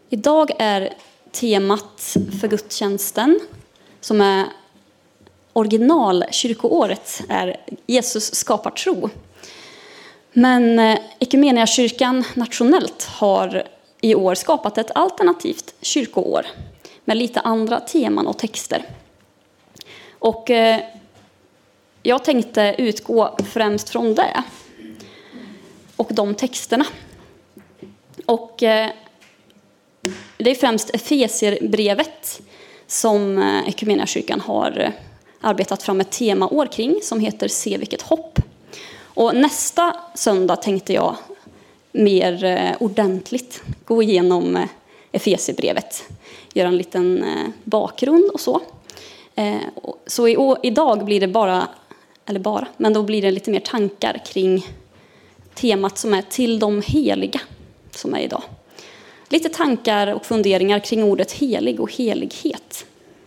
Idag är temat för gudstjänsten, som är originalkyrkoåret, är Jesus skapar tro. Men Equmeniakyrkan nationellt har i år skapat ett alternativt kyrkoår med lite andra teman och texter. Och jag tänkte utgå främst från det och de texterna. Och det är främst Efesierbrevet som Equmeniakyrkan har arbetat fram ett temaår kring som heter Se vilket hopp. Och nästa söndag tänkte jag mer ordentligt gå igenom Efesierbrevet, göra en liten bakgrund och så. Så idag blir det men då blir det lite mer tankar kring temat som är till de heliga som är idag. Lite tankar och funderingar kring ordet helig och helighet.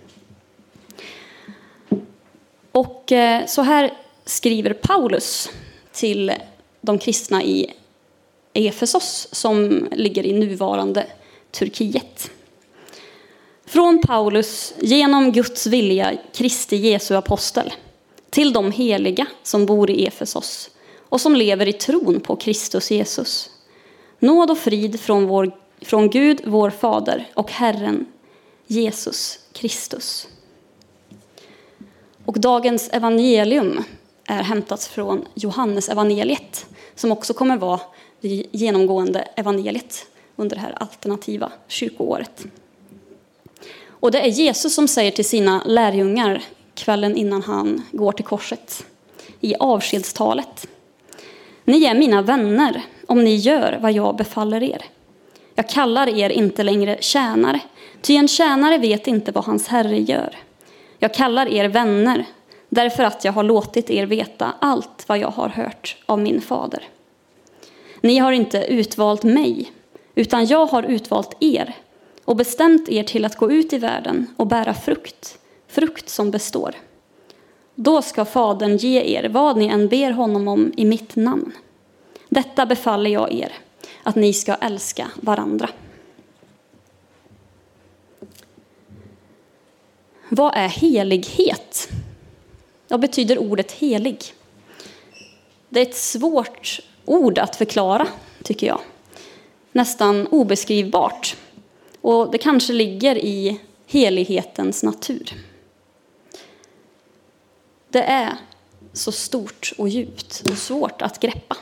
Och så här skriver Paulus till de kristna i Efesos som ligger i nuvarande Turkiet. Från Paulus genom Guds vilja, Kristi Jesu apostel, till de heliga som bor i Efesos och som lever i tron på Kristus Jesus. Nåd och frid från Gud, vår Fader, och Herren Jesus Kristus. Och dagens evangelium är hämtat från Johannes evangeliet, som också kommer vara det genomgående evangeliet under det här alternativa kyrkoåret. Och det är Jesus som säger till sina lärjungar kvällen innan han går till korset i avskedstalet: Ni är mina vänner om ni gör vad jag befaller er. Jag kallar er inte längre tjänare, ty en tjänare vet inte vad hans herre gör. Jag kallar er vänner, därför att jag har låtit er veta allt vad jag har hört av min fader. Ni har inte utvalt mig, utan jag har utvalt er och bestämt er till att gå ut i världen och bära frukt som består. Då ska Fadern ge er vad ni än ber honom om i mitt namn. Detta befaller jag er, att ni ska älska varandra. Vad är helighet? Vad betyder ordet helig? Det är ett svårt ord att förklara, tycker jag. Nästan obeskrivbart. Och det kanske ligger i helighetens natur. Det är så stort och djupt och svårt att greppa.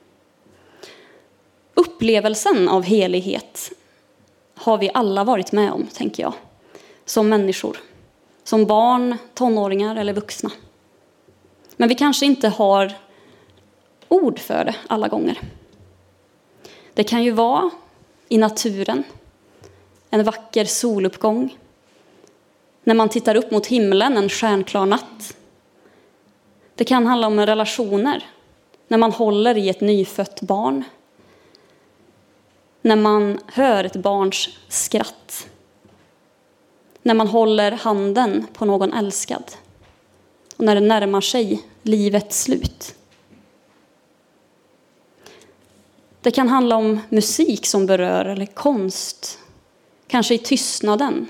Upplevelsen av helighet har vi alla varit med om, tänker jag. Som människor. Som barn, tonåringar eller vuxna. Men vi kanske inte har ord för det alla gånger. Det kan ju vara i naturen. En vacker soluppgång. När man tittar upp mot himlen en stjärnklar natt. Det kan handla om relationer. När man håller i ett nyfött barn. När man hör ett barns skratt. När man håller handen på någon älskad. Och när det närmar sig livets slut. Det kan handla om musik som berör eller konst. Kanske i tystnaden.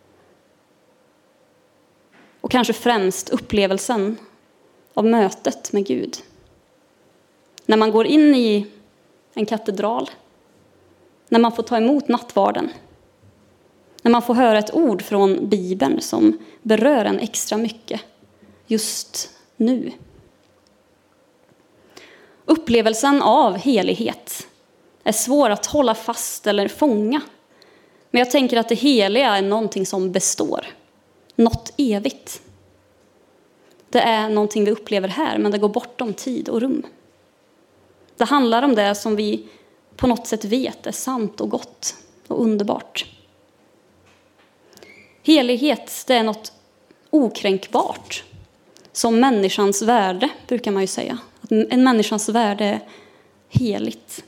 Och kanske främst upplevelsen av mötet med Gud. När man går in i en katedral. När man får ta emot nattvarden. När man får höra ett ord från Bibeln som berör en extra mycket just nu. Upplevelsen av helighet är svår att hålla fast eller fånga. Men jag tänker att det heliga är någonting som består. Något evigt. Det är någonting vi upplever här, men det går bortom tid och rum. Det handlar om det som vi på något sätt vet är sant och gott och underbart. Helighet, det är något okränkbart. Som människans värde, brukar man ju säga. Att en människans värde är heligt.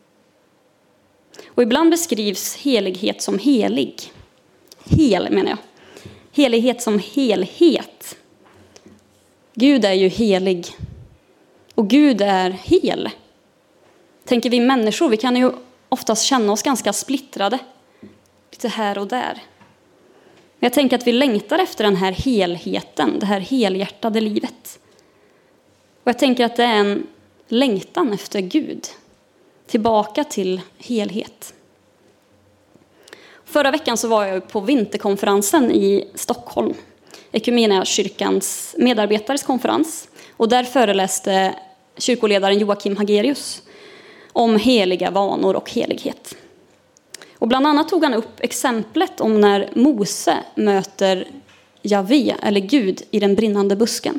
Och ibland beskrivs helighet som helig. Hel menar jag. Helighet som helhet. Gud är ju helig. Och Gud är hel. Tänker vi människor, vi kan ju oftast känna oss ganska splittrade. lite här och där. Men jag tänker att vi längtar efter den här helheten, det här helhjärtade livet. Och jag tänker att det är en längtan efter Gud, tillbaka till helhet. Förra veckan så var jag på vinterkonferensen i Stockholm, Equmeniakyrkans medarbetares konferens. Och där föreläste kyrkoledaren Joakim Hagerius om heliga vanor och helighet. Och bland annat tog han upp exemplet om när Mose möter Javé, eller Gud, i den brinnande busken.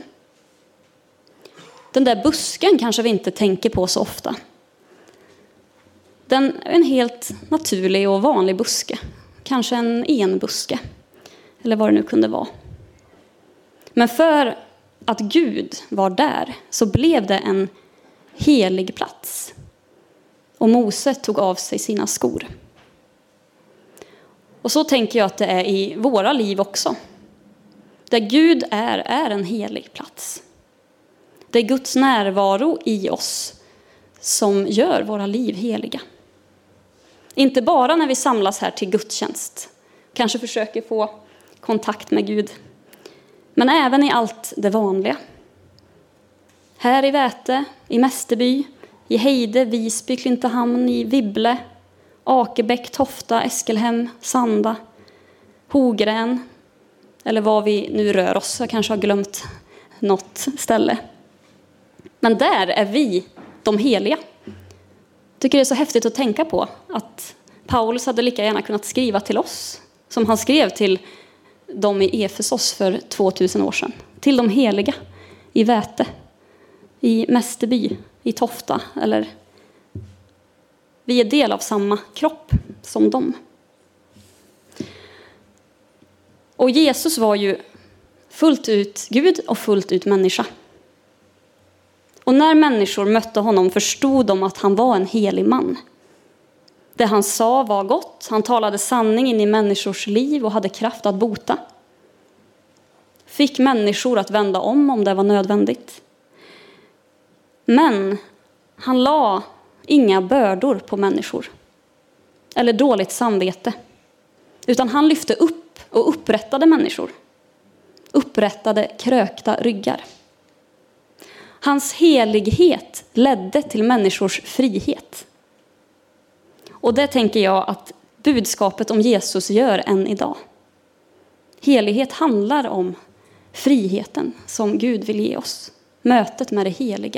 Den där busken kanske vi inte tänker på så ofta. Den är en helt naturlig och vanlig buske. Kanske en enbuske, eller vad det nu kunde vara. Men för att Gud var där så blev det en helig plats. Och Mose tog av sig sina skor. Och så tänker jag att det är i våra liv också. Där Gud är en helig plats. Det är Guds närvaro i oss som gör våra liv heliga. Inte bara när vi samlas här till gudstjänst. Kanske försöker få kontakt med Gud. Men även i allt det vanliga. Här i Väte, i Mästerby, i Heide, Visby, Klintehamn, i Vibble, Akebäck, Tofta, Eskelhem, Sanda, Hogrän. Eller vad vi nu rör oss. Jag kanske har glömt något ställe. Men där är vi de heliga. Jag tycker det är så häftigt att tänka på att Paulus hade lika gärna kunnat skriva till oss som han skrev till dem i Efesos för 2000 år sedan. Till de heliga i Väte, i Mästerby, i Tofta. Eller vi är del av samma kropp som dem. Och Jesus var ju fullt ut Gud och fullt ut människa. Och när människor mötte honom förstod de att han var en helig man. Det han sa var gott. Han talade sanning in i människors liv och hade kraft att bota. Fick människor att vända om det var nödvändigt. Men han la inga bördor på människor. Eller dåligt samvete. Utan han lyfte upp och upprättade människor. Upprättade krökta ryggar. Hans helighet ledde till människors frihet. Och det tänker jag att budskapet om Jesus gör än idag. Helighet handlar om friheten som Gud vill ge oss. Mötet med det heliga.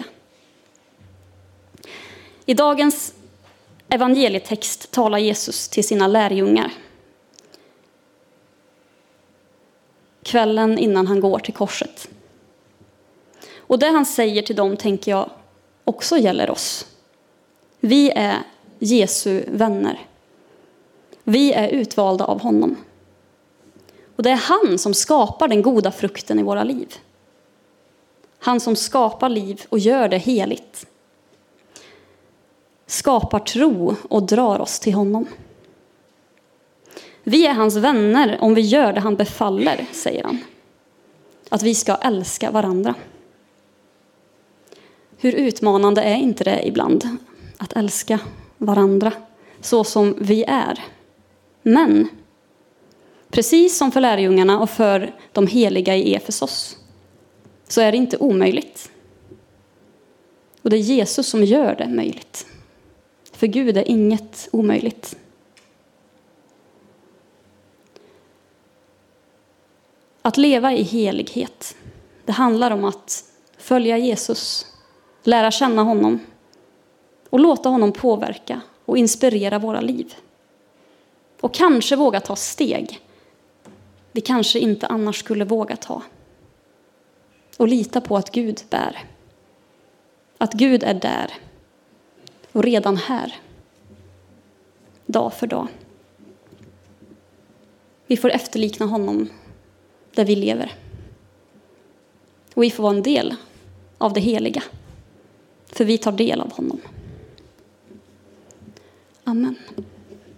I dagens evangelietext talar Jesus till sina lärjungar. Kvällen innan han går till korset. Och det han säger till dem tänker jag också gäller oss. Vi är Jesu vänner. Vi är utvalda av honom. Och det är han som skapar den goda frukten i våra liv. Han som skapar liv och gör det heligt. Skapar tro och drar oss till honom. Vi är hans vänner om vi gör det han befaller, säger han. Att vi ska älska varandra. Hur utmanande är inte det ibland att älska varandra så som vi är. Men precis som för lärjungarna och för de heliga i Efesos så är det inte omöjligt. Och det är Jesus som gör det möjligt. För Gud är inget omöjligt. Att leva i helighet, det handlar om att följa Jesus, lära känna honom och låta honom påverka och inspirera våra liv. Och kanske våga ta steg vi kanske inte annars skulle våga ta. Och lita på att Gud bär. Att Gud är där och redan här. Dag för dag. Vi får efterlikna honom där vi lever. Och vi får vara en del av det heliga. För vi tar del av honom. Amen.